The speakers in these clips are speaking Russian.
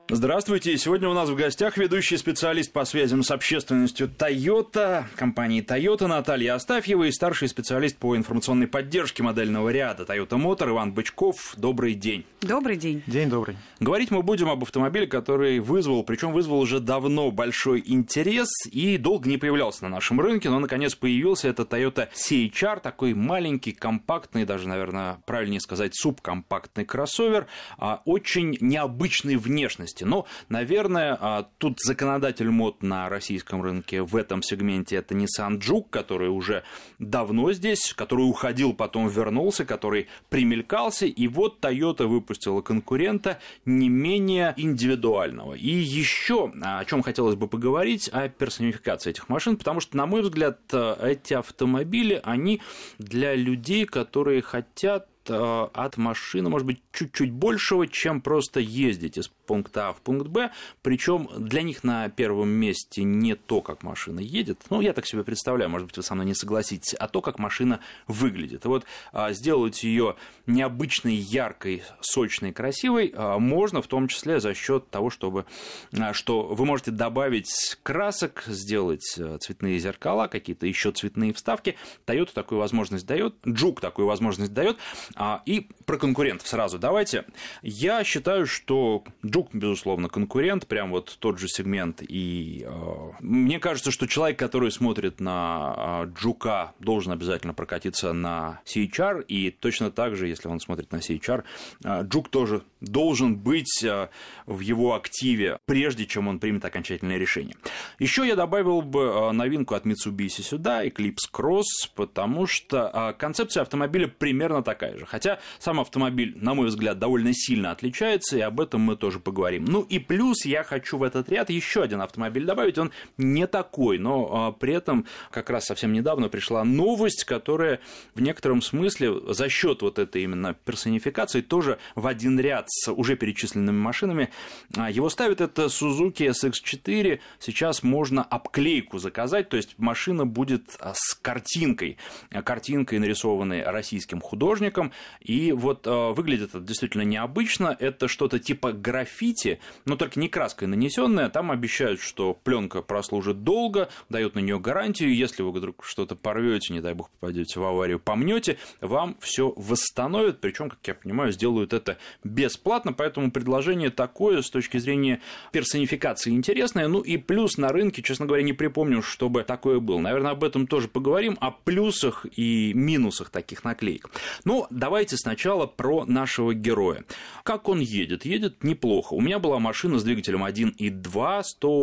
Здравствуйте. Сегодня у нас в гостях ведущий специалист по связям с общественностью Toyota, компании Toyota Наталья Астафьева и старший специалист по информационной поддержке модельного ряда Toyota Motor Иван Бычков. Добрый день. Добрый день. День добрый. Говорить мы будем об автомобиле, который вызвал уже давно большой интерес и долго не появлялся на нашем рынке, но наконец появился. Это Toyota CHR, такой маленький, компактный, даже, наверное, правильнее сказать, субкомпактный кроссовер, очень необычной внешности. Но, наверное, тут законодатель мод на российском рынке в этом сегменте — это Nissan Juke, который уже давно здесь, который уходил, потом вернулся, который примелькался, и вот Toyota выпустила конкурента не менее индивидуального. И еще о чем хотелось бы поговорить, о персонификации этих машин, потому что, на мой взгляд, эти автомобили, они для людей, которые хотят от машины, может быть, чуть-чуть большего, чем просто ездить из пункта А в пункт Б, причем для них на первом месте не то, как машина едет, я так себе представляю, может быть, вы со мной не согласитесь, а то, как машина выглядит. И вот сделать ее необычной, яркой, сочной, красивой можно, в том числе за счет того, что вы можете добавить красок, сделать цветные зеркала, какие-то еще цветные вставки. Toyota такую возможность дает, Juke такую возможность дает. И про конкурентов сразу давайте. Я считаю, что Juke, безусловно, конкурент, прям вот тот же сегмент. И мне кажется, что человек, который смотрит на Juke, должен обязательно прокатиться на CHR. И точно так же, если он смотрит на CHR, Juke тоже должен быть в его активе, прежде чем он примет окончательное решение. Еще я добавил бы новинку от Mitsubishi сюда, Eclipse Cross, потому что концепция автомобиля примерно такая же. Хотя сам автомобиль, на мой взгляд, довольно сильно отличается, и об этом мы тоже поговорим. И плюс я хочу в этот ряд еще один автомобиль добавить. Он не такой, но при этом как раз совсем недавно пришла новость, которая в некотором смысле за счет вот этой именно персонификации тоже в один ряд с уже перечисленными машинами его ставит. Это Suzuki SX4. Сейчас можно обклейку заказать, то есть машина будет с картинкой нарисованной российским художником. И вот выглядит это действительно необычно. Это что-то типа граффити, но только не краской нанесенная. Там обещают, что пленка прослужит долго, дают на нее гарантию. Если вы вдруг что-то порвете, не дай бог попадете в аварию, помнете, вам все восстановят. Причем, как я понимаю, сделают это бесплатно. Поэтому предложение такое с точки зрения персонификации интересное. И плюс на рынке, честно говоря, не припомню, чтобы такое было. Наверное, об этом тоже поговорим, о плюсах и минусах таких наклеек. Давайте сначала про нашего героя. Как он едет? Едет неплохо. У меня была машина с двигателем 1.2,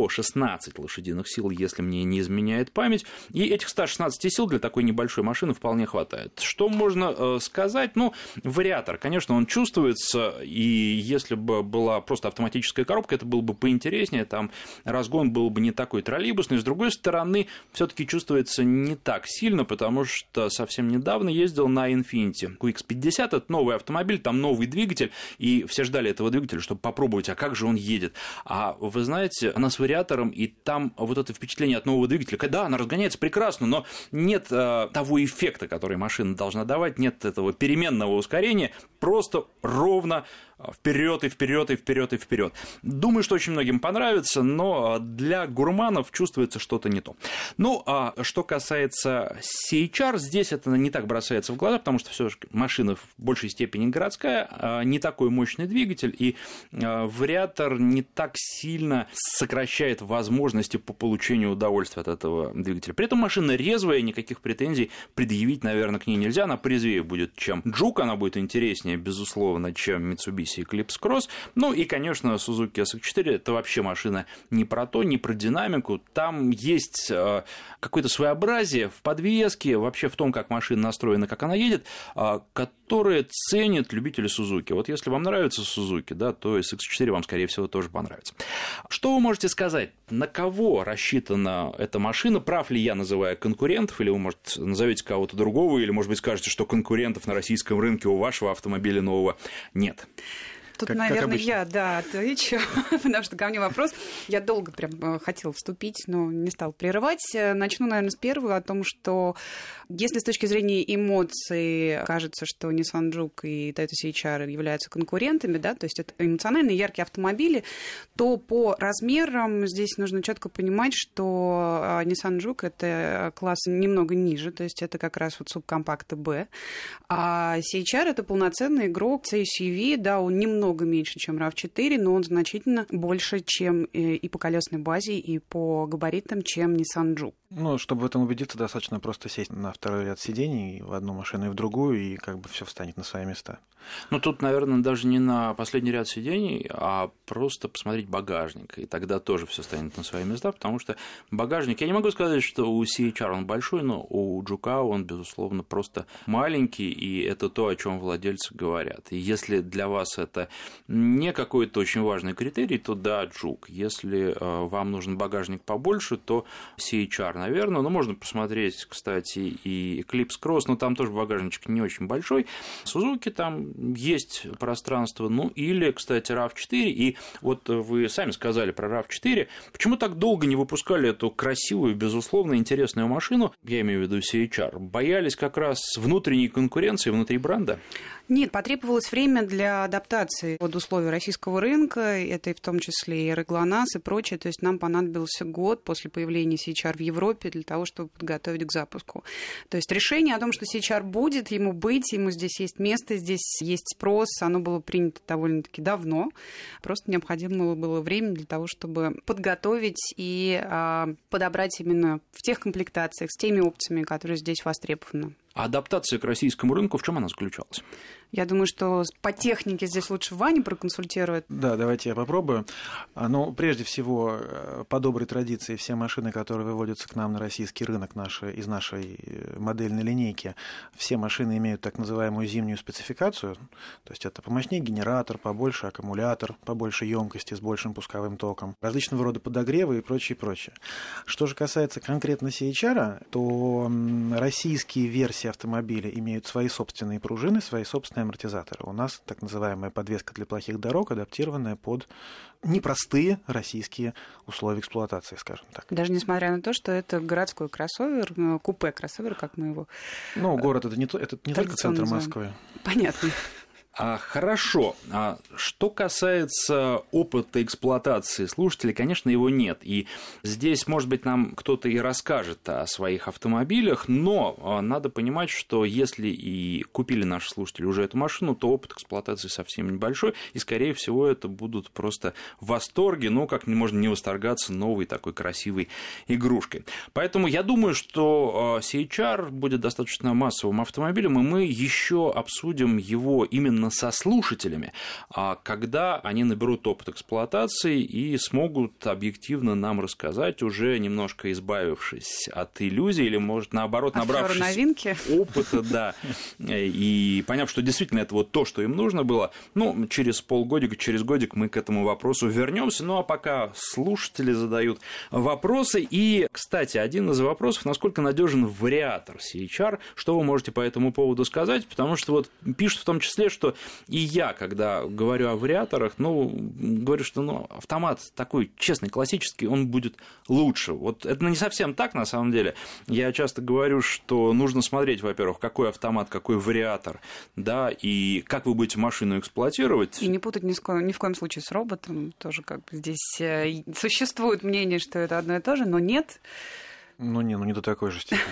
116 лошадиных сил, если мне не изменяет память. И этих 116 сил для такой небольшой машины вполне хватает. Что можно сказать? Вариатор, конечно, он чувствуется, и если бы была просто автоматическая коробка, это было бы поинтереснее, там разгон был бы не такой троллейбусный. С другой стороны, все-таки чувствуется не так сильно, потому что совсем недавно ездил на Infiniti QX50, это новый автомобиль, там новый двигатель, и все ждали этого двигателя, чтобы попробовать, а как же он едет. А вы знаете, она с вариатором, и там вот это впечатление от нового двигателя, да, она разгоняется прекрасно, но нет того эффекта, который машина должна давать, нет этого переменного ускорения, просто ровно вперед и вперед и вперед и вперед. Думаю, что очень многим понравится, но для гурманов чувствуется что-то не то. А что касается CHR, здесь это не так бросается в глаза, потому что все же машина в большей степени городская, не такой мощный двигатель, и вариатор не так сильно сокращает возможности по получению удовольствия от этого двигателя. При этом машина резвая, никаких претензий предъявить, наверное, к ней нельзя, она порезвее будет, чем Juke, она будет интереснее, безусловно, чем Mitsubishi Eclipse Cross. И, конечно, Suzuki SX4 это вообще машина не про то, не про динамику. Там есть какое-то своеобразие в подвеске, вообще в том, как машина настроена, как она едет, которое ценят любители Suzuki. Вот если вам нравится Suzuki, то SX4 вам, скорее всего, тоже понравится. Что вы можете сказать? На кого рассчитана эта машина? Прав ли я, называя конкурентов? Или вы, может, назовете кого-то другого? Или, может быть, скажете, что конкурентов на российском рынке у вашего автомобиля нового нет? Тут, наверное, я отвечу, потому что ко мне вопрос. Я долго прям хотела вступить, но не стала прерывать. Начну, наверное, с первого, о том, что если с точки зрения эмоций кажется, что Nissan Juke и Toyota CHR являются конкурентами, да, то есть это эмоциональные яркие автомобили, то по размерам здесь нужно четко понимать, что Nissan Juke — это класс немного ниже, то есть это как раз вот субкомпакты B, а CHR — это полноценный игрок C-SUV, да, он немного меньше, чем RAV4, но он значительно больше, чем и по колесной базе, и по габаритам, чем Nissan Juke. Ну, чтобы в этом убедиться, достаточно просто сесть на второй ряд сидений в одну машину и в другую, и как бы все встанет на свои места. Ну, тут, наверное, даже не на последний ряд сидений, а просто посмотреть багажник, и тогда тоже все станет на свои места, потому что багажник, я не могу сказать, что у CHR он большой, но у Juke он, безусловно, просто маленький, и это то, о чем владельцы говорят. И если для вас это не какой-то очень важный критерий, то да, Juke. Если вам нужен багажник побольше, то CHR, наверное, но можно посмотреть, кстати, и Eclipse Cross, но там тоже багажничек не очень большой. Suzuki там есть пространство, ну или, кстати, RAV4, и вот вы сами сказали про RAV4, почему так долго не выпускали эту красивую, безусловно, интересную машину, я имею в виду CHR, боялись как раз внутренней конкуренции внутри бренда? Нет, потребовалось время для адаптации под условия российского рынка, это и в том числе и РегламНАС и прочее, то есть нам понадобился год после появления CHR в Европе для того, чтобы подготовить к запуску. То есть решение о том, что CHR будет, ему быть, ему здесь есть место, здесь есть спрос, оно было принято довольно-таки давно, просто необходимо было время для того, чтобы подготовить и подобрать именно в тех комплектациях, с теми опциями, которые здесь востребованы. А адаптация к российскому рынку, в чем она заключалась? Я думаю, что по технике здесь лучше Ваня проконсультирует. Да, давайте я попробую. Ну, прежде всего, по доброй традиции, все машины, которые выводятся к нам на российский рынок из нашей модельной линейки, все машины имеют так называемую зимнюю спецификацию. То есть это помощнее генератор, побольше аккумулятор, побольше емкости с большим пусковым током, различного рода подогревы и прочее, прочее. Что же касается конкретно CHR, то российские версии автомобиля имеют свои собственные пружины, свои собственные амортизаторы. У нас так называемая подвеска для плохих дорог, адаптированная под непростые российские условия эксплуатации, скажем так. Даже несмотря на то, что это городской кроссовер, купе-кроссовер, как мы его... Ну, город это не только центр Москвы. Понятно. Хорошо. Что касается опыта эксплуатации слушателей, конечно, его нет. И здесь, может быть, нам кто-то и расскажет о своих автомобилях, но надо понимать, что если и купили наши слушатели уже эту машину, то опыт эксплуатации совсем небольшой, и, скорее всего, это будут просто восторги, но как можно не восторгаться новой такой красивой игрушкой. Поэтому я думаю, что CHR будет достаточно массовым автомобилем, и мы еще обсудим его именно со слушателями, когда они наберут опыт эксплуатации и смогут объективно нам рассказать, уже немножко избавившись от иллюзий, или, может, наоборот, набравшись опыта, да, и поняв, что действительно это вот то, что им нужно было, ну, через полгодика, через годик мы к этому вопросу вернемся. Ну, а пока слушатели задают вопросы. И, кстати, один из вопросов, насколько надежен вариатор CHR, что вы можете по этому поводу сказать, потому что вот пишут в том числе, что и я, когда говорю о вариаторах, говорю, что автомат такой честный, классический, он будет лучше. Вот это не совсем так, на самом деле. Я часто говорю, что нужно смотреть, во-первых, какой автомат, какой вариатор, да, и как вы будете машину эксплуатировать. И не путать ни в коем случае с роботом. Тоже как бы здесь существует мнение, что это одно и то же, но нет. Не до такой же степени.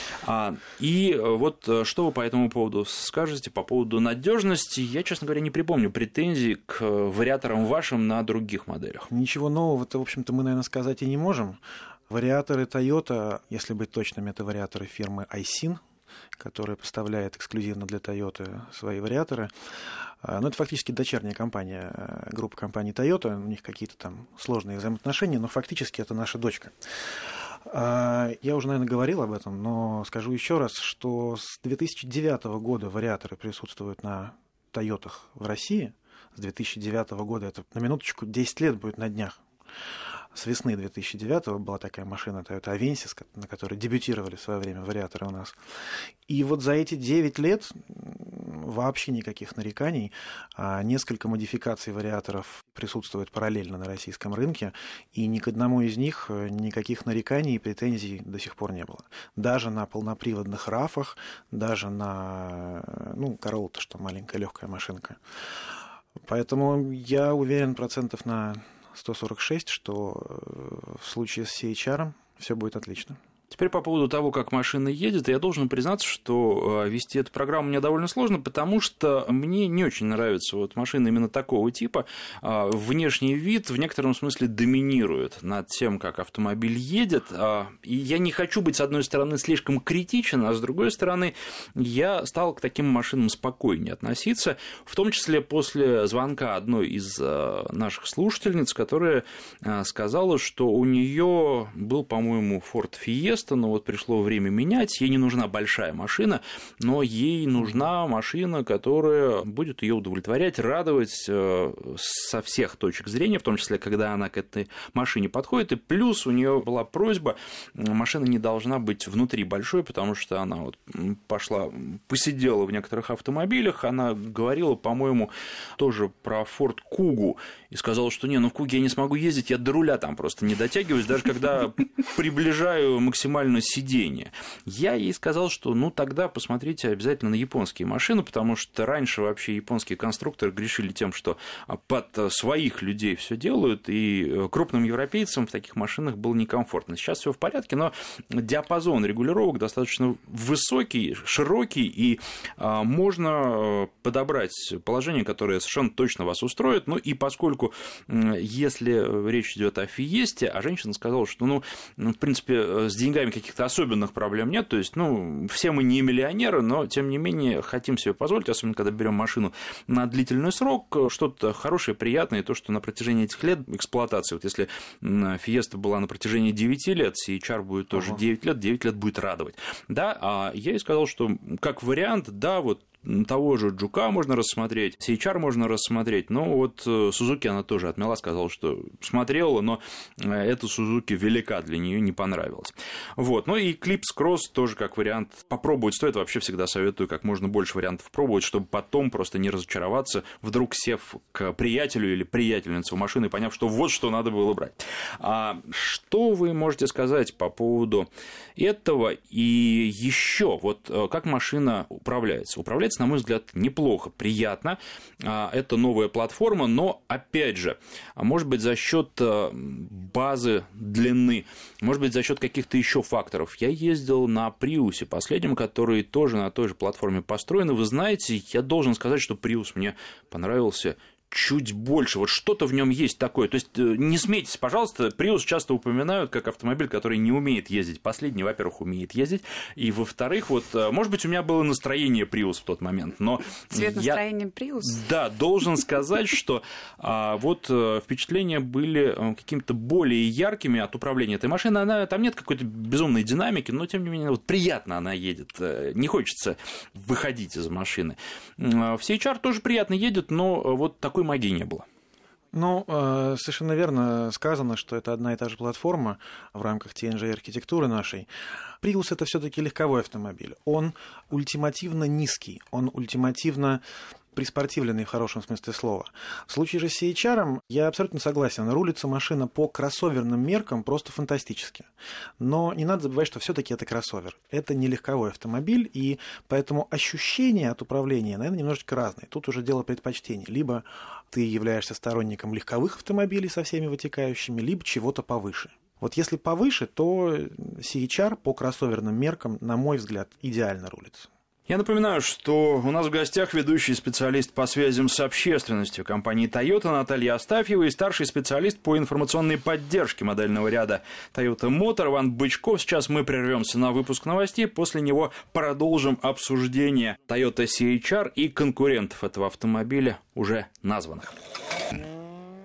И вот что вы по этому поводу скажете, по поводу надежности? Я, честно говоря, не припомню претензий к вариаторам вашим на других моделях. Ничего нового-то, в общем-то, мы, наверное, сказать и не можем. Вариаторы Toyota, если быть точным, это вариаторы фирмы Aisin, которая поставляет эксклюзивно для Toyota свои вариаторы. Но это фактически дочерняя компания, группа компаний Toyota, у них какие-то там сложные взаимоотношения, но фактически это наша дочка. Я уже, наверное, говорил об этом, но скажу еще раз, что с 2009 года вариаторы присутствуют на Тойотах в России. С 2009 года, это на минуточку 10 лет будет на днях. с весны 2009-го была такая машина Toyota Avensis, на которой дебютировали в свое время вариаторы у нас. И вот за эти 9 лет вообще никаких нареканий. Несколько модификаций вариаторов присутствуют параллельно на российском рынке, и ни к одному из них никаких нареканий и претензий до сих пор не было. Даже на полноприводных РАФах, даже на Corolla, что маленькая легкая машинка. Поэтому я уверен процентов на 146, что в случае с CHR все будет отлично. Теперь по поводу того, как машина едет, я должен признаться, что вести эту программу мне довольно сложно, потому что мне не очень нравится вот машина именно такого типа. Внешний вид в некотором смысле доминирует над тем, как автомобиль едет. И я не хочу быть, с одной стороны, слишком критичен, а с другой стороны, я стал к таким машинам спокойнее относиться, в том числе после звонка одной из наших слушательниц, которая сказала, что у нее был, по-моему, Ford Fiesta, но вот пришло время менять, ей не нужна большая машина, но ей нужна машина, которая будет ее удовлетворять, радовать со всех точек зрения, в том числе, когда она к этой машине подходит, и плюс у нее была просьба, машина не должна быть внутри большой, потому что она вот пошла, посидела в некоторых автомобилях, она говорила, по-моему, тоже про Ford Kuga, и сказала, что в Куге я не смогу ездить, я до руля там просто не дотягиваюсь, даже когда приближаю максимально сиденье. Я ей сказал, что тогда посмотрите обязательно на японские машины, потому что раньше вообще японские конструкторы грешили тем, что под своих людей все делают, и крупным европейцам в таких машинах было некомфортно. Сейчас все в порядке, но диапазон регулировок достаточно высокий, широкий, и можно подобрать положение, которое совершенно точно вас устроит. И поскольку если речь идет о Фиесте, а женщина сказала, что, в принципе, с деньгами каких-то особенных проблем нет, то есть, все мы не миллионеры, но, тем не менее, хотим себе позволить, особенно когда берем машину на длительный срок, что-то хорошее, приятное, то, что на протяжении этих лет эксплуатации, вот если Фиеста была на протяжении 9 лет, CHR будет тоже 9 лет будет радовать. Да, а я ей сказал, что как вариант, да, вот того же Джука можно рассмотреть, CHR можно рассмотреть, но вот Сузуки она тоже отмела, сказала, что смотрела, но эта Сузуки велика для нее, не понравилась. Вот. И Eclipse Cross тоже как вариант попробовать стоит, вообще всегда советую как можно больше вариантов пробовать, чтобы потом просто не разочароваться, вдруг сев к приятелю или приятельнице в машину и поняв, что вот что надо было брать. А что вы можете сказать по поводу этого и еще вот как машина управляется? Управляется, на мой взгляд, неплохо, приятно. Это новая платформа, но, опять же, может быть, за счет базы длины, может быть, за счет каких-то еще факторов. Я ездил на Prius последнем, который тоже на той же платформе построен. И вы знаете, я должен сказать, что Prius мне понравился чуть больше, вот что-то в нем есть такое. То есть не смейтесь, пожалуйста, Prius часто упоминают как автомобиль, который не умеет ездить. Последний, во-первых, умеет ездить, и во-вторых, вот, может быть, у меня было настроение Prius в тот момент, но цвет настроения Prius? Да, должен сказать, что вот впечатления были какими-то более яркими от управления этой машиной. Там нет какой-то безумной динамики, но, тем не менее, вот приятно она едет, не хочется выходить из машины. В CHR тоже приятно едет, но вот такой магии не было. Совершенно верно сказано, что это одна и та же платформа в рамках TNGA-архитектуры нашей. Prius – это все-таки легковой автомобиль. Он ультимативно низкий, он ультимативно приспортивленный в хорошем смысле слова. В случае же с CHR я абсолютно согласен. Рулится машина по кроссоверным меркам просто фантастически. Но не надо забывать, что все-таки это кроссовер. Это не легковой автомобиль, и поэтому ощущения от управления, наверное, немножечко разные. Тут уже дело предпочтений. Либо ты являешься сторонником легковых автомобилей со всеми вытекающими, либо чего-то повыше. Вот если повыше, то CHR по кроссоверным меркам, на мой взгляд, идеально рулится. Я напоминаю, что у нас в гостях ведущий специалист по связям с общественностью компании Toyota Наталья Астафьева и старший специалист по информационной поддержке модельного ряда Toyota Motor Иван Бычков. Сейчас мы прервемся на выпуск новостей, после него продолжим обсуждение Toyota CHR и конкурентов этого автомобиля, уже названных.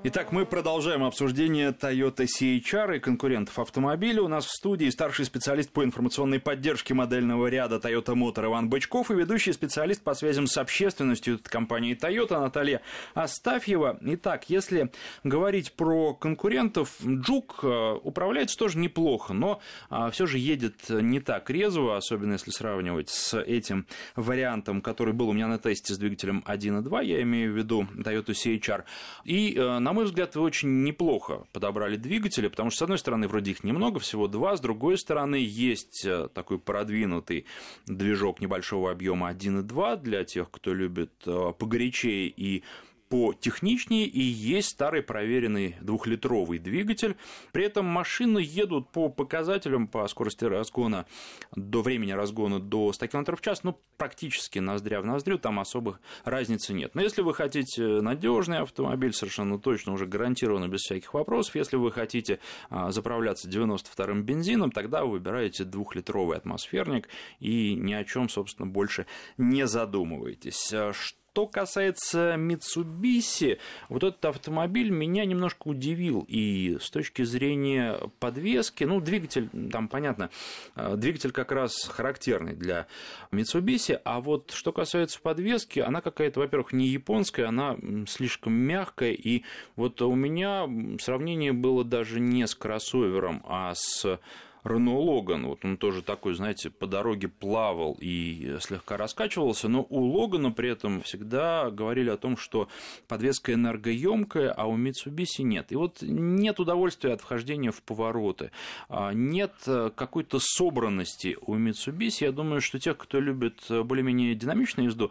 Итак, мы продолжаем обсуждение Toyota CHR и конкурентов автомобиля. У нас в студии старший специалист по информационной поддержке модельного ряда Toyota Motor Иван Бычков и ведущий специалист по связям с общественностью компании Toyota Наталья Астафьева. Итак, если говорить про конкурентов, Juke управляется тоже неплохо, но все же едет не так резво, особенно если сравнивать с этим вариантом, который был у меня на тесте с двигателем 1.2, я имею в виду Toyota CHR. И, на мой взгляд, вы очень неплохо подобрали двигатели, потому что, с одной стороны, вроде их немного, всего два, с другой стороны, есть такой продвинутый движок небольшого объема 1.2 для тех, кто любит погорячее и потехничнее, и есть старый проверенный двухлитровый двигатель. При этом машины едут по показателям, по скорости разгона, до времени разгона до 100 км в час, практически ноздря в ноздрю, там особых разницы нет. Но если вы хотите надежный автомобиль, совершенно точно, уже гарантированно, без всяких вопросов, если вы хотите заправляться 92-м бензином, тогда вы выбираете двухлитровый атмосферник и ни о чем, собственно, больше не задумываетесь. Что касается Mitsubishi, вот этот автомобиль меня немножко удивил и с точки зрения подвески, двигатель, там понятно, двигатель как раз характерный для Mitsubishi, а вот что касается подвески, она какая-то, во-первых, не японская, она слишком мягкая, и вот у меня сравнение было даже не с кроссовером, а с Renault Logan, вот он тоже такой, знаете, по дороге плавал и слегка раскачивался, но у Логана при этом всегда говорили о том, что подвеска энергоемкая, а у Mitsubishi нет. И вот нет удовольствия от вхождения в повороты, нет какой-то собранности у Mitsubishi. Я думаю, что тех, кто любит более-менее динамичную езду,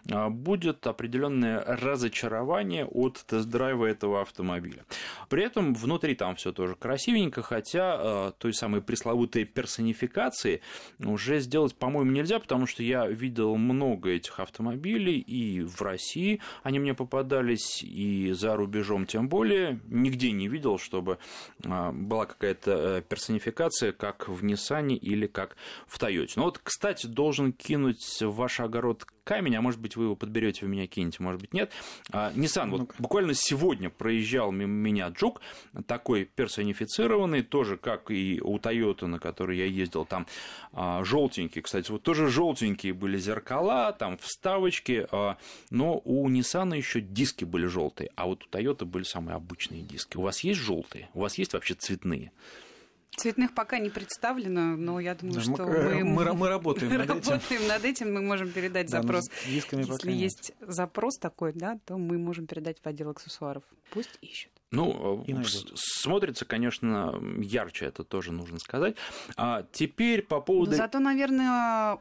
будет определенное разочарование от тест-драйва этого автомобиля. При этом внутри там все тоже красивенько, хотя той самой пресловутой персонификации уже сделать, по-моему, нельзя, потому что я видел много этих автомобилей и в России они мне попадались, и за рубежом тем более. Нигде не видел, чтобы была какая-то персонификация, как в Nissan или как в Toyota. Но вот, кстати, должен кинуть в ваш огород камень, а может быть, вы его подберете, вы меня кинете, может быть, нет. Nissan, вот буквально сегодня проезжал мимо меня Juke, такой персонифицированный, тоже как и у Toyota, на который я ездил, там желтенькие, кстати, вот тоже желтенькие были зеркала, там вставочки, но у Nissan еще диски были желтые, а вот у Toyota были самые обычные диски. У вас есть желтые? У вас есть вообще цветные? Цветных пока не представлено, но я думаю, что мы работаем над этим, мы можем передать запрос. Если есть запрос такой, да, то мы можем передать в отдел аксессуаров. Пусть ищут. Смотрится, конечно, ярче, это тоже нужно сказать. А теперь по поводу... Зато, наверное,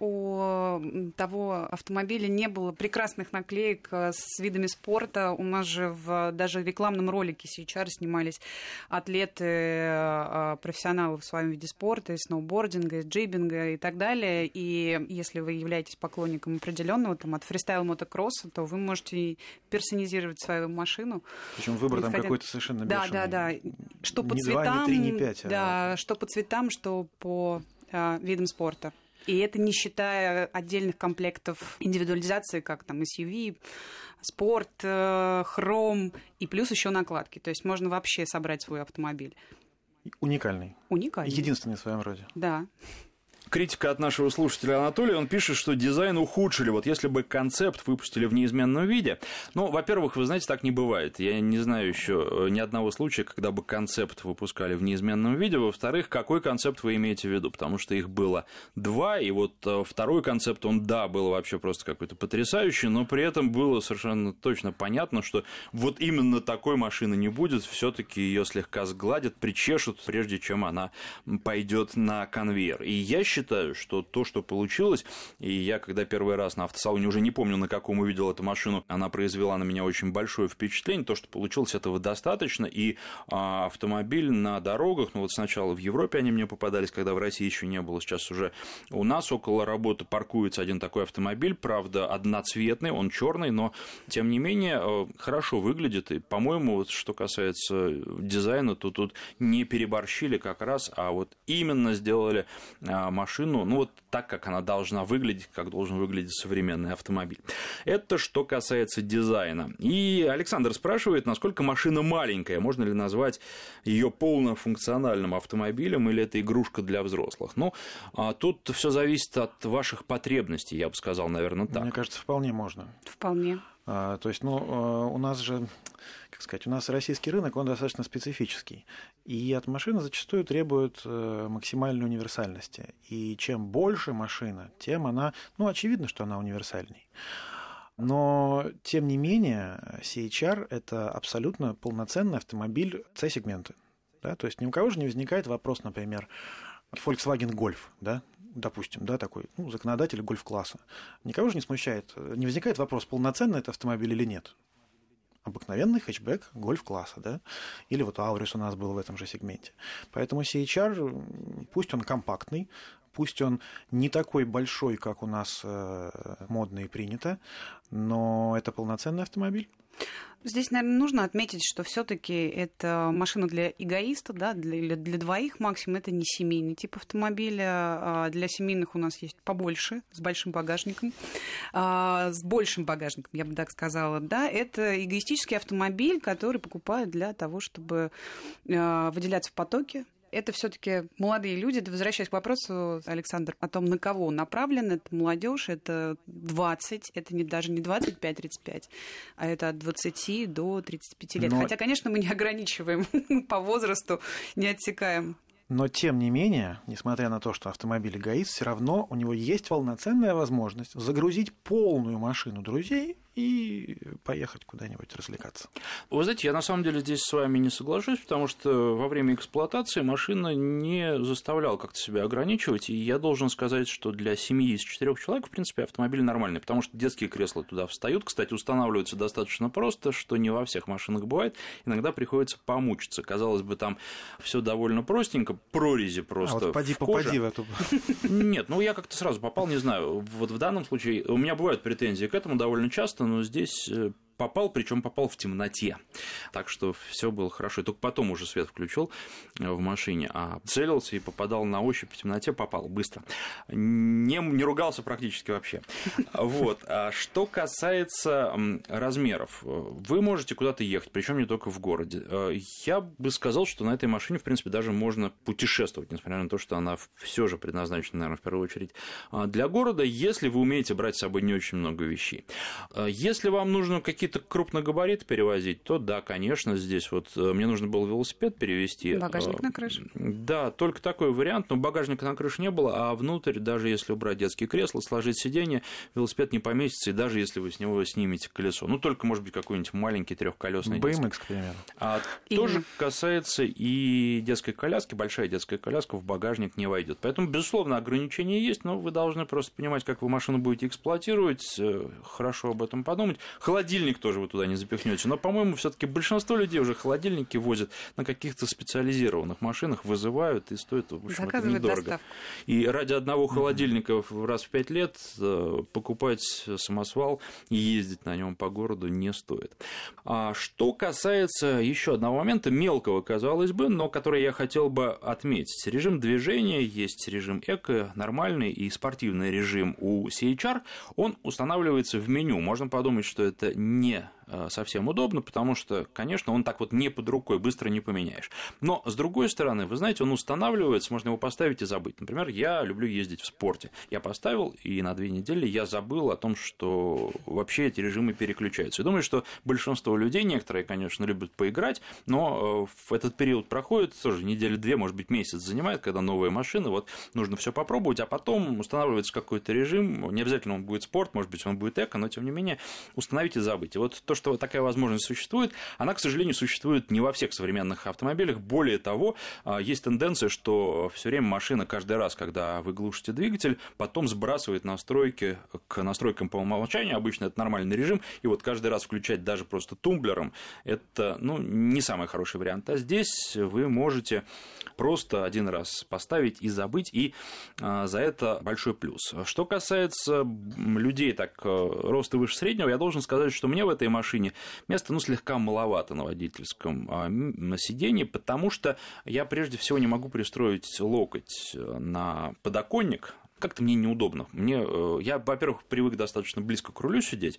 у того автомобиля не было прекрасных наклеек с видами спорта. У нас же даже в рекламном ролике CHR снимались атлеты, профессионалы в своем виде спорта, из сноубординга, из джибинга и так далее. И если вы являетесь поклонником определенного, от фристайл-мотокросса, то вы можете персонизировать свою машину. Причем выбор там какой-то совершенно бешеный. Да. Что по цветам, не 3, не 5, да, что по цветам, что по видам спорта. И это не считая отдельных комплектов индивидуализации, как там SUV, спорт, хром и плюс еще накладки. То есть можно вообще собрать свой автомобиль. Уникальный. Единственный в своем роде. Да. Критика от нашего слушателя Анатолия, он пишет, что дизайн ухудшили, вот если бы концепт выпустили в неизменном виде. Во-первых, вы знаете, так не бывает. Я не знаю еще ни одного случая, когда бы концепт выпускали в неизменном виде. Во-вторых, какой концепт вы имеете в виду? Потому что их было два, и вот второй концепт, он, да, был вообще просто какой-то потрясающий, но при этом было совершенно точно понятно, что вот именно такой машины не будет, все-таки ее слегка сгладят, причешут, прежде чем она пойдет на конвейер. И я считаю, что то, что получилось, и я, когда первый раз на автосалоне, уже не помню, на каком увидел эту машину, она произвела на меня очень большое впечатление, то, что получилось, этого достаточно, и автомобиль на дорогах, вот сначала в Европе они мне попадались, когда в России еще не было, сейчас уже у нас около работы паркуется один такой автомобиль, правда, одноцветный, он черный, но, тем не менее, хорошо выглядит, и, по-моему, вот, что касается дизайна, то тут не переборщили как раз, а вот именно сделали машину машину, ну, вот так, как она должна выглядеть, как должен выглядеть современный автомобиль. Это что касается дизайна. И Александр спрашивает, насколько машина маленькая, можно ли назвать ее полнофункциональным автомобилем или это игрушка для взрослых. Ну, тут все зависит от ваших потребностей, я бы сказал, наверное, так. Мне кажется, вполне можно. Вполне. То есть, у нас же, как сказать, у нас российский рынок, он достаточно специфический. И от машины зачастую требуют максимальной универсальности. И чем больше машина, тем она, очевидно, что она универсальней. Но, тем не менее, CHR – это абсолютно полноценный автомобиль C-сегмента. Да? То есть, ни у кого же не возникает вопрос, например, Volkswagen Golf, да? Допустим, да, такой законодатель гольф-класса. Никого же не смущает, не возникает вопрос, полноценный это автомобиль или нет. Обыкновенный хэтчбэк гольф-класса, да, или вот Аурис у нас был в этом же сегменте. Поэтому CHR, пусть он компактный, пусть он не такой большой, как у нас модно и принято, но это полноценный автомобиль. Здесь, наверное, нужно отметить, что все-таки это машина для эгоиста, да, для двоих максимум. Это не семейный тип автомобиля. Для семейных у нас есть побольше, с большим багажником. С большим багажником, я бы так сказала. Да, это эгоистический автомобиль, который покупают для того, чтобы выделяться в потоке. Это все-таки молодые люди. Возвращаясь к вопросу, Александр, о том, на кого он направлен, это молодежь, это 20, это даже не 25-35, а это от 20 до 35 лет. Хотя, конечно, мы не ограничиваем по возрасту, не отсекаем. Но, тем не менее, несмотря на то, что автомобиль эгоист, все равно у него есть полноценная возможность загрузить полную машину друзей и поехать куда-нибудь развлекаться. Вы знаете, я на самом деле здесь с вами не соглашусь, потому что во время эксплуатации машина не заставляла как-то себя ограничивать, и я должен сказать, что для семьи из 4 человек, в принципе, автомобиль нормальный, потому что детские кресла туда встают, кстати, устанавливаются достаточно просто, что не во всех машинах бывает, иногда приходится помучиться, казалось бы, там все довольно простенько, прорези просто вот в коже. Попади в эту... Нет, я как-то сразу попал, не знаю, вот в данном случае, у меня бывают претензии к этому довольно часто, но здесь попал, причем попал в темноте. Так что все было хорошо. И только потом уже свет включил в машине, а целился и попадал на ощупь в темноте, попал быстро. Не ругался практически вообще. Вот. А что касается размеров, вы можете куда-то ехать, причем не только в городе. Я бы сказал, что на этой машине, в принципе, даже можно путешествовать, несмотря на то, что она все же предназначена, наверное, в первую очередь для города, если вы умеете брать с собой не очень много вещей. Если вам нужно какие-то крупногабариты перевозить, то да, конечно, здесь вот мне нужно было велосипед перевезти. Багажник на крыше. Да, только такой вариант, но багажника на крыше не было, а внутрь, даже если убрать детские кресла, сложить сиденье, велосипед не поместится, и даже если вы с него снимете колесо. Только, может быть, какой-нибудь маленький трехколесный BMX, к примеру. Тоже касается и детской коляски, большая детская коляска в багажник не войдет. Поэтому, безусловно, ограничения есть, но вы должны просто понимать, как вы машину будете эксплуатировать, хорошо об этом подумать. Холодильник тоже вы туда не запихнете. Но, по-моему, все-таки большинство людей уже холодильники возят на каких-то специализированных машинах, вызывают, и стоит, в общем, это недорого. Доставку. И ради одного холодильника раз в 5 лет покупать самосвал и ездить на нем по городу не стоит. А что касается еще одного момента, мелкого, казалось бы, но который я хотел бы отметить. Режим движения, есть режим эко, нормальный и спортивный режим у CHR, он устанавливается в меню. Можно подумать, что это не совсем удобно, потому что, конечно, он так вот не под рукой, быстро не поменяешь. Но, с другой стороны, вы знаете, он устанавливается, можно его поставить и забыть. Например, я люблю ездить в спорте. Я поставил, и на 2 недели я забыл о том, что вообще эти режимы переключаются. И думаю, что большинство людей, некоторые, конечно, любят поиграть, но в этот период проходит тоже недели 2, может быть, месяц занимает, когда новые машины, вот нужно все попробовать, а потом устанавливается какой-то режим, не обязательно он будет спорт, может быть, он будет эко, но, тем не менее, установить и забыть. И вот то, что такая возможность существует, она, к сожалению, существует не во всех современных автомобилях. Более того, есть тенденция, что все время машина каждый раз, когда вы глушите двигатель, потом сбрасывает настройки к настройкам по умолчанию. Обычно это нормальный режим, и вот каждый раз включать даже просто тумблером – это не самый хороший вариант. А здесь вы можете просто один раз поставить и забыть, и за это большой плюс. Что касается людей роста выше среднего, я должен сказать, что мне в этой машине машине места, слегка маловато на водительском сиденье, потому что я прежде всего не могу пристроить локоть на подоконник. Как-то мне неудобно. Я, во-первых, привык достаточно близко к рулю сидеть,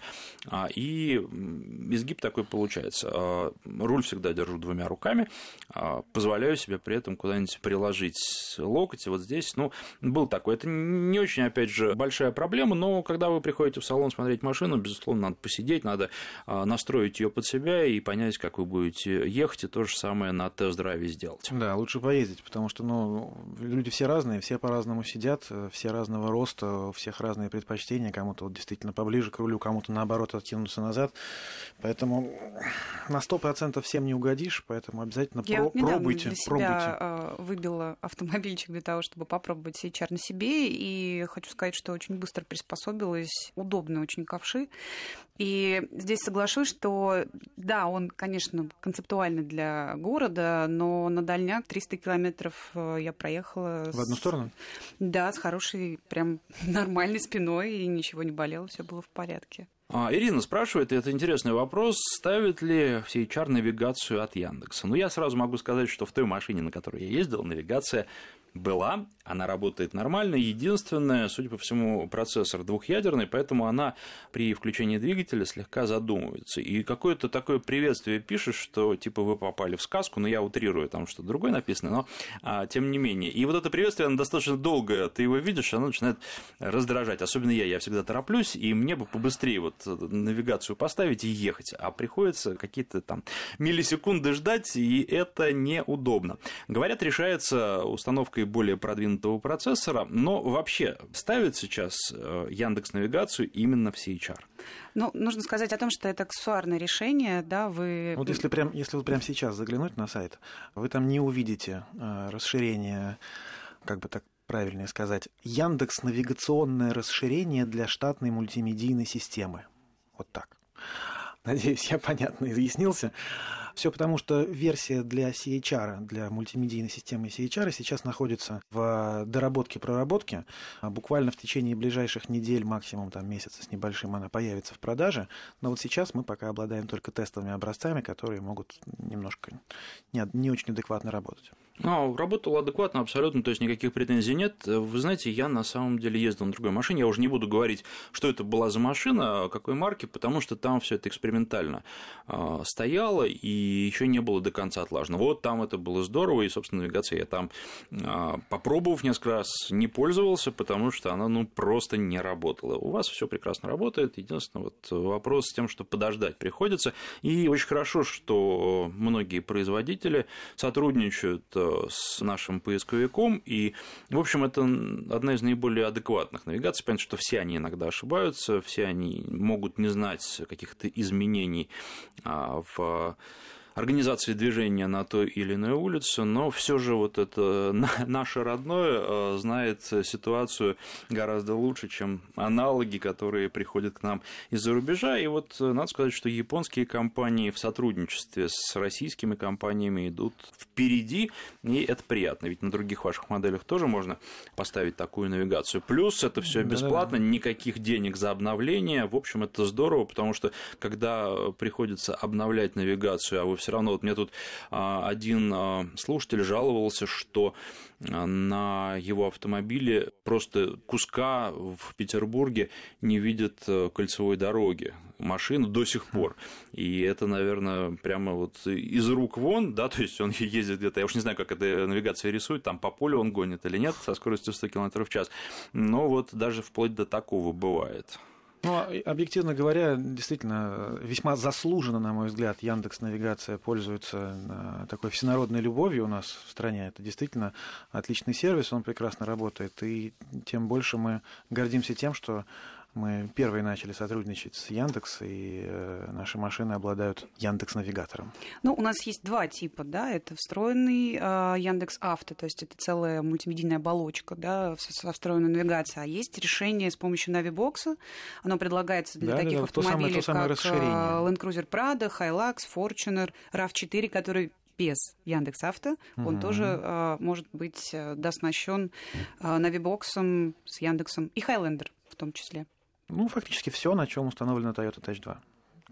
и изгиб такой получается. Руль всегда держу двумя руками, позволяю себе при этом куда-нибудь приложить локоть. И вот здесь, был такой. Это не очень, опять же, большая проблема, но когда вы приходите в салон смотреть машину, безусловно, надо посидеть, надо настроить ее под себя и понять, как вы будете ехать, и то же самое на тест-драйве сделать. Да, лучше поездить, потому что люди все разные, все по-разному сидят, все разного роста, у всех разные предпочтения, кому-то действительно поближе к рулю, кому-то наоборот откинуться назад, поэтому на 100% всем не угодишь, поэтому обязательно пробуйте. Я для себя выбила автомобильчик для того, чтобы попробовать CHR на себе, и хочу сказать, что очень быстро приспособилась, удобные очень ковши, и здесь соглашусь, что да, он, конечно, концептуальный для города, но на дальняк 300 километров я проехала. В одну сторону? Да, с хорошей, прям нормальной спиной, и ничего не болело, все было в порядке. Ирина спрашивает, и это интересный вопрос, ставит ли в CHR навигацию от Яндекса? Я сразу могу сказать, что в той машине, на которой я ездил, навигация была, она работает нормально. Единственное, судя по всему, процессор двухъядерный, поэтому она при включении двигателя слегка задумывается. И какое-то такое приветствие пишет, что типа вы попали в сказку, я утрирую, там что-то другое написано, но тем не менее. И вот это приветствие, оно достаточно долго, ты его видишь, оно начинает раздражать. Особенно я всегда тороплюсь, и мне бы побыстрее навигацию поставить и ехать, а приходится какие-то там миллисекунды ждать, и это неудобно. Говорят, решается установкой более продвинутого процессора, но вообще ставит сейчас Яндекс.Навигацию именно в CHR? Нужно сказать о том, что это аксессуарное решение, да, вы... Если прямо сейчас заглянуть на сайт, вы там не увидите расширение, как бы так правильнее сказать, Яндекс.Навигационное расширение для штатной мультимедийной системы. Вот так. Надеюсь, я понятно изъяснился. Все потому, что версия для CHR, для мультимедийной системы CHR сейчас находится в доработке-проработке. Буквально в течение ближайших недель, максимум месяца с небольшим, она появится в продаже. Но сейчас мы пока обладаем только тестовыми образцами, которые могут немножко не очень адекватно работать. Работал адекватно абсолютно, то есть никаких претензий нет. Вы знаете, я на самом деле ездил на другой машине, я уже не буду говорить, что это была за машина, какой марки, потому что там все это экспериментально стояло и еще не было до конца отлажено. Вот там это было здорово, и, собственно, навигация я там, попробовав несколько раз, не пользовался, потому что она просто не работала. У вас все прекрасно работает, единственное, вопрос с тем, что подождать приходится, и очень хорошо, что многие производители сотрудничают с нашим поисковиком, и, в общем, это одна из наиболее адекватных навигаций. Понятно, что все они иногда ошибаются, все они могут не знать каких-то изменений в организации движения на той или иной улице, но все же это наше родное знает ситуацию гораздо лучше, чем аналоги, которые приходят к нам из-за рубежа. И надо сказать, что японские компании в сотрудничестве с российскими компаниями идут впереди, и это приятно, ведь на других ваших моделях тоже можно поставить такую навигацию. Плюс это все бесплатно, никаких денег за обновление. В общем, это здорово, потому что когда приходится обновлять навигацию, а вы все равно, мне тут один слушатель жаловался, что на его автомобиле просто куска в Петербурге не видят кольцевой дороги машину до сих пор. И это, наверное, прямо из рук вон, да, то есть он ездит где-то, я уж не знаю, как эта навигация рисует, там по полю он гонит или нет со скоростью 100 км в час, но даже вплоть до такого бывает. Объективно говоря, действительно, весьма заслуженно, на мой взгляд, Яндекс.Навигация пользуется такой всенародной любовью у нас в стране. Это действительно отличный сервис, он прекрасно работает, и тем больше мы гордимся тем, что мы первые начали сотрудничать с Яндекс, и наши машины обладают Яндекс.Навигатором. У нас есть два типа, да, это встроенный Яндекс.Авто, то есть это целая мультимедийная оболочка, да, со встроенной навигацией, а есть решение с помощью Navibox, оно предлагается для таких автомобилей, как Land Cruiser Prado, Hilux, Fortuner, RAV4, который без Яндекс.Авто, он тоже может быть дооснащен Navibox с Яндексом и Highlander в том числе. Фактически все, на чем установлена Toyota Tech 2.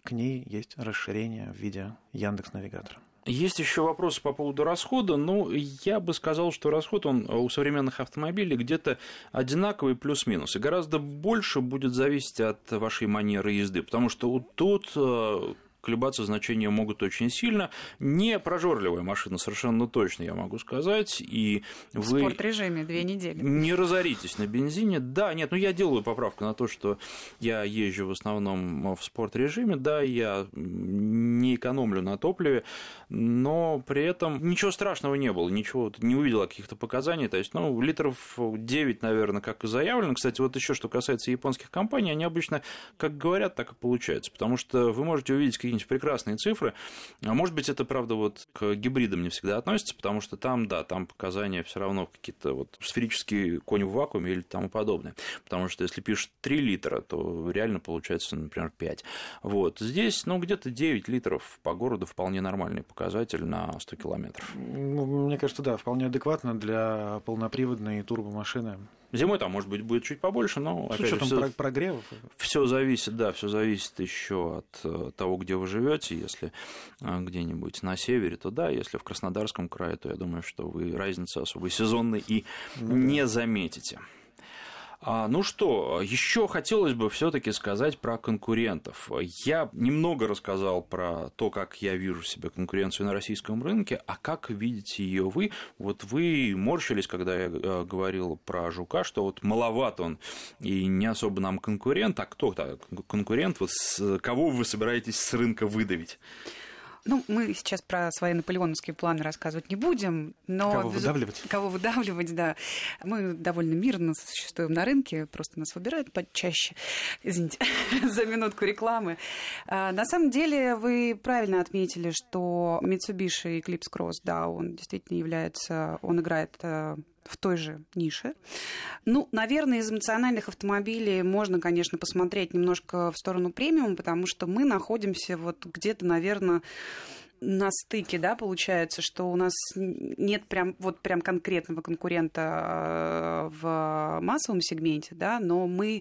к ней есть расширение в виде Яндекс.Навигатора. Есть еще вопросы по поводу расхода, но я бы сказал, что расход он у современных автомобилей где-то одинаковый плюс-минус, и гораздо больше будет зависеть от вашей манеры езды, потому что вот тут колебаться значения могут очень сильно. Не прожорливая машина, совершенно точно, я могу сказать. И в спорт-режиме 2 недели. Не разоритесь на бензине. Да, нет, я делаю поправку на то, что я езжу в основном в спорт-режиме. Да, я не экономлю на топливе, но при этом ничего страшного не было, ничего, не увидел каких-то показаний. То есть, литров 9, наверное, как и заявлено. Кстати, вот еще что касается японских компаний, они обычно как говорят, так и получается. Потому что вы можете увидеть какие-нибудь прекрасные цифры. Может быть, это, правда, вот к гибридам не всегда относится, потому что там, да, там показания все равно какие-то вот сферические конь в вакууме или тому подобное. Потому что если пишут 3 литра, то реально получается, например, 5. Вот. Здесь, где-то 9 литров по городу вполне нормальный показатель на 100 километров. Мне кажется, да, вполне адекватно для полноприводной турбомашины. Зимой там, может быть, будет чуть побольше, но с учетом прогревов. Все зависит, да, все зависит еще от того, где вы живете. Если где-нибудь на севере, то да, если в Краснодарском крае, то я думаю, что вы разницы особой сезонной и не заметите. Ну что, еще хотелось бы все-таки сказать про конкурентов. Я немного рассказал про то, как я вижу себе конкуренцию на российском рынке, а как видите ее вы? Вот вы морщились, когда я говорил про Жука, что вот маловат он и не особо нам конкурент. А кто конкурент? Вот кого вы собираетесь с рынка выдавить? Мы сейчас про свои наполеоновские планы рассказывать не будем, но... Кого выдавливать, да. Мы довольно мирно существуем на рынке, просто нас выбирают почаще. Извините за минутку рекламы. На самом деле, вы правильно отметили, что Mitsubishi Eclipse Cross, да, он действительно он играет в той же нише. Наверное, из эмоциональных автомобилей можно, конечно, посмотреть немножко в сторону премиум, потому что мы находимся вот где-то, наверное, на стыке, да, получается, что у нас нет прям конкретного конкурента в массовом сегменте, да, но мы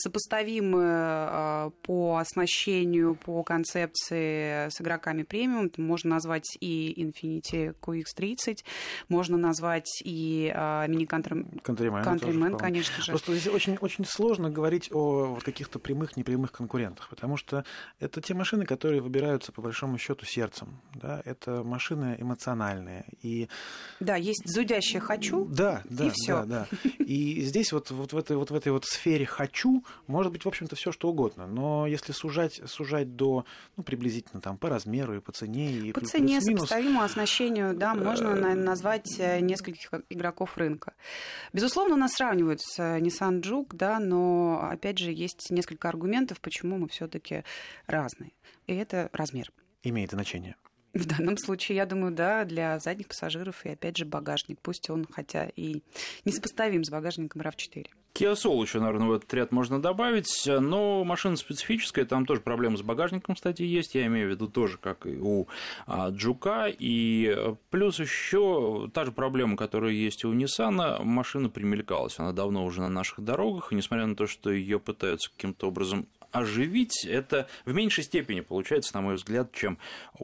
сопоставимы по оснащению, по концепции с игроками премиум. Можно назвать и Infiniti QX30, можно назвать и Mini Countryman, конечно же. Просто здесь очень, очень сложно говорить о каких-то прямых, непрямых конкурентах, потому что это те машины, которые выбираются по большому счету сердцем. Да, это машины эмоциональные. Да, есть зудящее «хочу», и все. Да. И здесь вот в этой сфере «хочу» может быть, в общем-то, все что угодно. Но если сужать до приблизительно по размеру и по цене... И по цене, сопоставимому оснащению, да, можно назвать нескольких игроков рынка. Безусловно, нас сравнивают с Nissan Juke, да, но, опять же, есть несколько аргументов, почему мы все-таки разные. И это размер. Имеет значение. В данном случае, я думаю, да, для задних пассажиров и, опять же, багажник. Пусть он, хотя и несопоставим с багажником RAV4. Kia Soul еще, наверное, в этот ряд можно добавить, но машина специфическая, там тоже проблемы с багажником, кстати, есть, я имею в виду тоже, как и у Джука, и плюс еще та же проблема, которая есть и у Nissan, машина примелькалась, она давно уже на наших дорогах, и несмотря на то, что ее пытаются каким-то образом оживить, это в меньшей степени получается, на мой взгляд, чем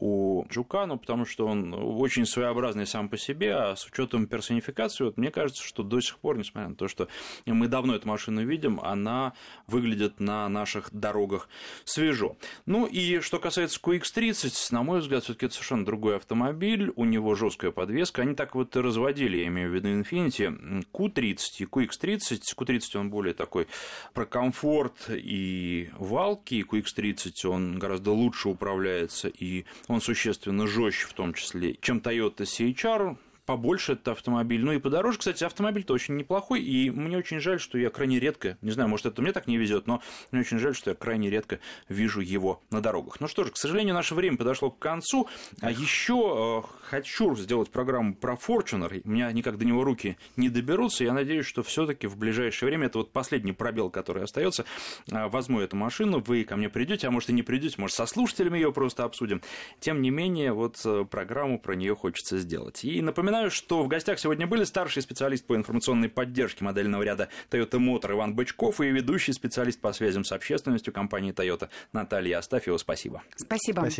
у Жука, потому что он очень своеобразный сам по себе, а с учетом персонификации, мне кажется, что до сих пор, несмотря на то, что мы давно эту машину видим, она выглядит на наших дорогах свежо. И что касается QX30, на мой взгляд, все-таки это совершенно другой автомобиль, у него жесткая подвеска, они так вот и разводили, я имею в виду Infiniti, Q30 и QX30, Q30 он более такой про комфорт и валки, QX30 он гораздо лучше управляется, и он существенно жестче в том числе, чем Toyota CHR. Побольше этот автомобиль, и подороже. Кстати, автомобиль-то очень неплохой, и мне очень жаль, что я крайне редко, не знаю, может, это мне так не везет, но мне очень жаль, что я крайне редко вижу его на дорогах. Ну что же, к сожалению, наше время подошло к концу. А еще хочу сделать программу про Fortuner. У меня никак до него руки не доберутся. Я надеюсь, что все-таки в ближайшее время, это вот последний пробел, который остается, возьму эту машину, вы ко мне придете, а может и не придете, может, со слушателями ее просто обсудим. Тем не менее, вот программу про нее хочется сделать. И напоминаю, Напоминаю, что в гостях сегодня были старший специалист по информационной поддержке модельного ряда Toyota Motor Иван Бычков и ведущий специалист по связям с общественностью компании Toyota Наталья Астафьева. Спасибо. Спасибо.